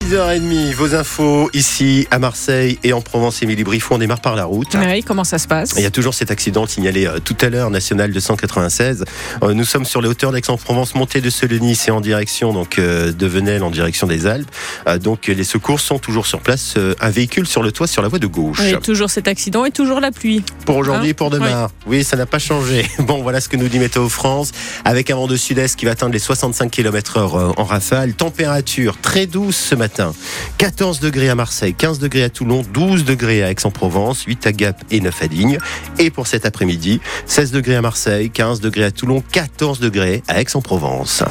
6h30, vos infos ici à Marseille et en Provence. Émilie Briffaut, on démarre par la route. Oui, comment ça se passe ? Il y a toujours cet accident signalé tout à l'heure, national 296. Nous sommes sur les hauteurs d'Aix-en-Provence, montée de Selenis et en direction de Venelle, en direction des Alpes. Donc les secours sont toujours sur place. Un véhicule sur le toit, sur la voie de gauche. Oui, toujours cet accident et toujours la pluie. Pour aujourd'hui et pour demain. Oui, ça n'a pas changé. Bon, voilà ce que nous dit Météo France. Avec un vent de sud-est qui va atteindre les 65 km/h en rafale. Température très douce ce matin. 14 degrés à Marseille, 15 degrés à Toulon, 12 degrés à Aix-en-Provence, 8 à Gap et 9 à Digne. Et pour cet après-midi, 16 degrés à Marseille, 15 degrés à Toulon, 14 degrés à Aix-en-Provence.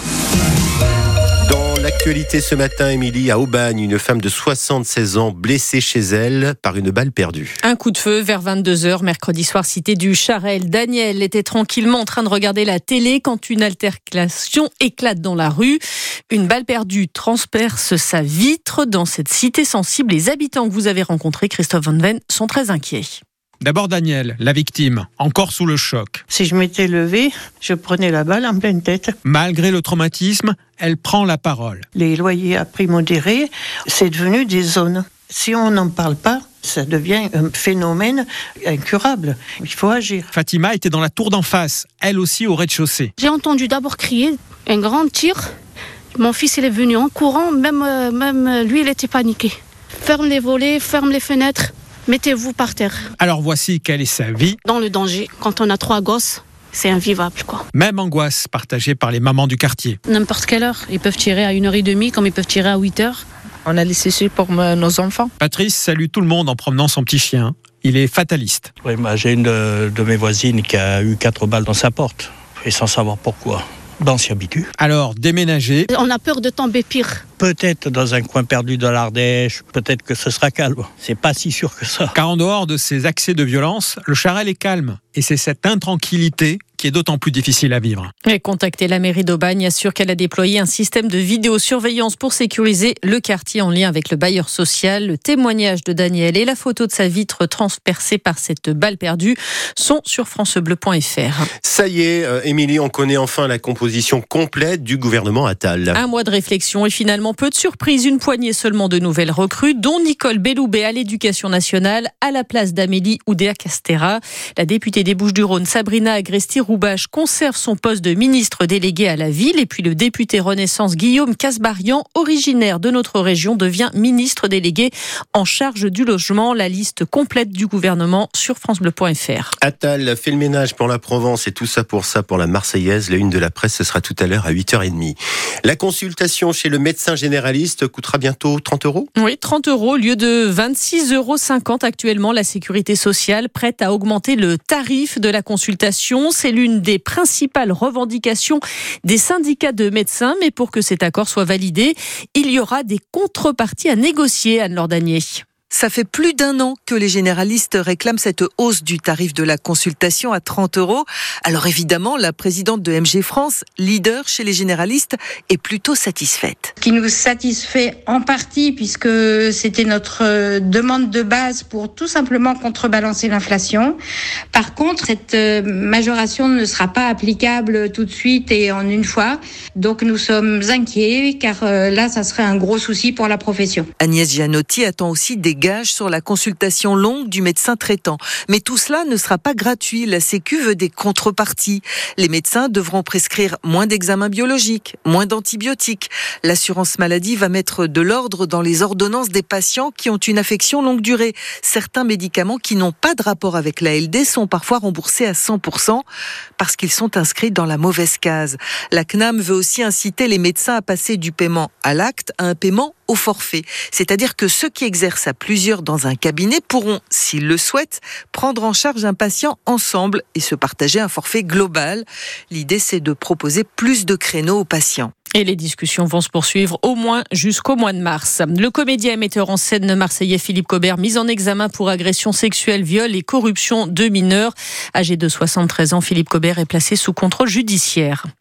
L'actualité ce matin, Émilie, à Aubagne, une femme de 76 ans blessée chez elle par une balle perdue. Un coup de feu vers 22h, mercredi soir, cité du Charel. Daniel était tranquillement en train de regarder la télé quand une altercation éclate dans la rue. Une balle perdue transperce sa vitre. Dans cette cité sensible, les habitants que vous avez rencontrés, Christophe Van Ven, sont très inquiets. D'abord Daniel, la victime, encore sous le choc. Si je m'étais levée, je prenais la balle en pleine tête. Malgré le traumatisme, elle prend la parole. Les loyers à prix modéré, c'est devenu des zones. Si on n'en parle pas, ça devient un phénomène incurable. Il faut agir. Fatima était dans la tour d'en face, elle aussi au rez-de-chaussée. J'ai entendu d'abord crier, un grand tir. Mon fils il est venu en courant, même lui il était paniqué. Ferme les volets, ferme les fenêtres. Mettez-vous par terre. Alors voici quelle est sa vie. Dans le danger, quand on a 3 gosses, c'est invivable, quoi. Même angoisse partagée par les mamans du quartier. N'importe quelle heure, ils peuvent tirer à 1h30 comme ils peuvent tirer à 8h. On a laissé ça pour nos enfants. Patrice salue tout le monde en promenant son petit chien. Il est fataliste. Oui, j'ai une de mes voisines qui a eu 4 balles dans sa porte, et sans savoir pourquoi. On s'y habitue. Alors, déménager. On a peur de tomber pire. Peut-être dans un coin perdu de l'Ardèche, peut-être que ce sera calme. C'est pas si sûr que ça. Car en dehors de ces accès de violence, le Charel est calme. Et c'est cette intranquillité qui est d'autant plus difficile à vivre. Et contacter la mairie d'Aubagne assure qu'elle a déployé un système de vidéosurveillance pour sécuriser le quartier en lien avec le bailleur social. Le témoignage de Daniel et la photo de sa vitre transpercée par cette balle perdue sont sur francebleu.fr. Ça y est, Émilie, on connaît enfin la composition complète du gouvernement Attal. Un mois de réflexion et finalement peu de surprises. Une poignée seulement de nouvelles recrues, dont Nicole Belloubet à l'Éducation nationale à la place d'Amélie Oudéa-Castéra. La députée des Bouches-du-Rhône, Sabrina Agresti-Roubache, conserve son poste de ministre délégué à la ville. Et puis le député Renaissance Guillaume Casbarian, originaire de notre région, devient ministre délégué en charge du logement. La liste complète du gouvernement sur francebleu.fr. Attal fait le ménage pour la Provence et tout ça pour la Marseillaise. La une de la presse, ce sera tout à l'heure à 8h30. La consultation chez le médecin généraliste coûtera bientôt 30 €. Oui, 30 € au lieu de 26,50 € actuellement. La sécurité sociale prête à augmenter le tarif de la consultation. C'est l'une des principales revendications des syndicats de médecins. Mais pour que cet accord soit validé, il y aura des contreparties à négocier, Anne-Laure Danier. Ça fait plus d'1 an que les généralistes réclament cette hausse du tarif de la consultation à 30 €. Alors évidemment, la présidente de MG France, leader chez les généralistes, est plutôt satisfaite. Ce qui nous satisfait en partie, puisque c'était notre demande de base pour tout simplement contrebalancer l'inflation. Par contre, cette majoration ne sera pas applicable tout de suite et en une fois. Donc nous sommes inquiets, car là, ça serait un gros souci pour la profession. Agnès Gianotti attend aussi des gages sur la consultation longue du médecin traitant. Mais tout cela ne sera pas gratuit. La Sécu veut des contreparties. Les médecins devront prescrire moins d'examens biologiques, moins d'antibiotiques. L'assurance maladie va mettre de l'ordre dans les ordonnances des patients qui ont une affection longue durée. Certains médicaments qui n'ont pas de rapport avec l'ALD sont parfois remboursés à 100% parce qu'ils sont inscrits dans la mauvaise case. La CNAM veut aussi inciter les médecins à passer du paiement à l'acte à un paiement au forfait. C'est-à-dire que ceux qui exercent à plusieurs dans un cabinet pourront, s'ils le souhaitent, prendre en charge un patient ensemble et se partager un forfait global. L'idée, c'est de proposer plus de créneaux aux patients. Et les discussions vont se poursuivre au moins jusqu'au mois de mars. Le comédien et metteur en scène marseillais Philippe Cobert, mis en examen pour agression sexuelle, viol et corruption de mineurs. Âgé de 73 ans, Philippe Cobert est placé sous contrôle judiciaire.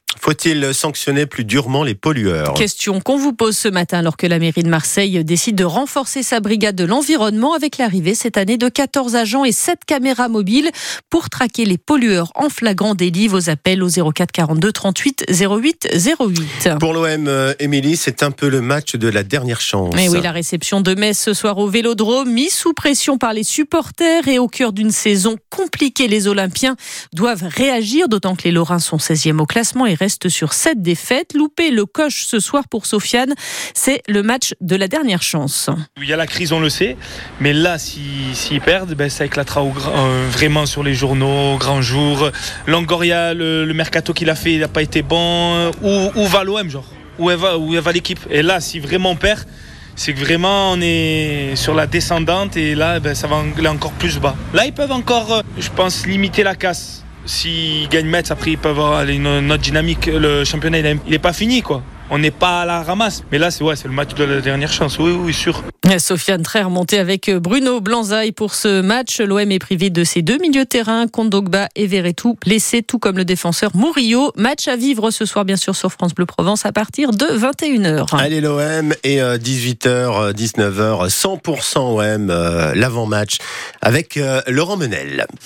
Faut-il sanctionner plus durement les pollueurs ? Question qu'on vous pose ce matin alors que la mairie de Marseille décide de renforcer sa brigade de l'environnement avec l'arrivée cette année de 14 agents et 7 caméras mobiles pour traquer les pollueurs en flagrant délit. Vos appels au 04 42 38 08 08. Pour l'OM, Émilie, c'est un peu le match de la dernière chance. Mais oui, la réception de Metz ce soir au Vélodrome, mise sous pression par les supporters et au cœur d'une saison compliquée, les Olympiens doivent réagir, d'autant que les Lorrains sont 16e au classement et restent sur 7 défaites. Louper le coche ce soir pour Sofiane, c'est le match de la dernière chance. Il y a la crise, on le sait, mais là, s'ils perdent, ça éclatera vraiment sur les journaux, au grand jour. Longoria, le mercato qu'il a fait, il n'a pas été bon. Où va l'OM, genre ? Où va l'équipe ? Et là, si vraiment on perd, c'est que vraiment on est sur la descendante et là, ça va aller encore plus bas. Là, ils peuvent encore, je pense, limiter la casse. S'ils gagnent Metz, après ils peuvent avoir une autre dynamique. Le championnat, il n'est pas fini, quoi. On n'est pas à la ramasse. Mais là, c'est le match de la dernière chance. Oui, sûr. Sofiane très remonté avec Bruno Blanzaï pour ce match. L'OM est privé de ses 2 milieux de terrain, Kondogbia et Verretou, blessés, tout comme le défenseur Murillo. Match à vivre ce soir, bien sûr, sur France Bleu Provence à partir de 21h. Allez, l'OM, et 18h, 19h, 100% OM, l'avant-match avec Laurent Menel.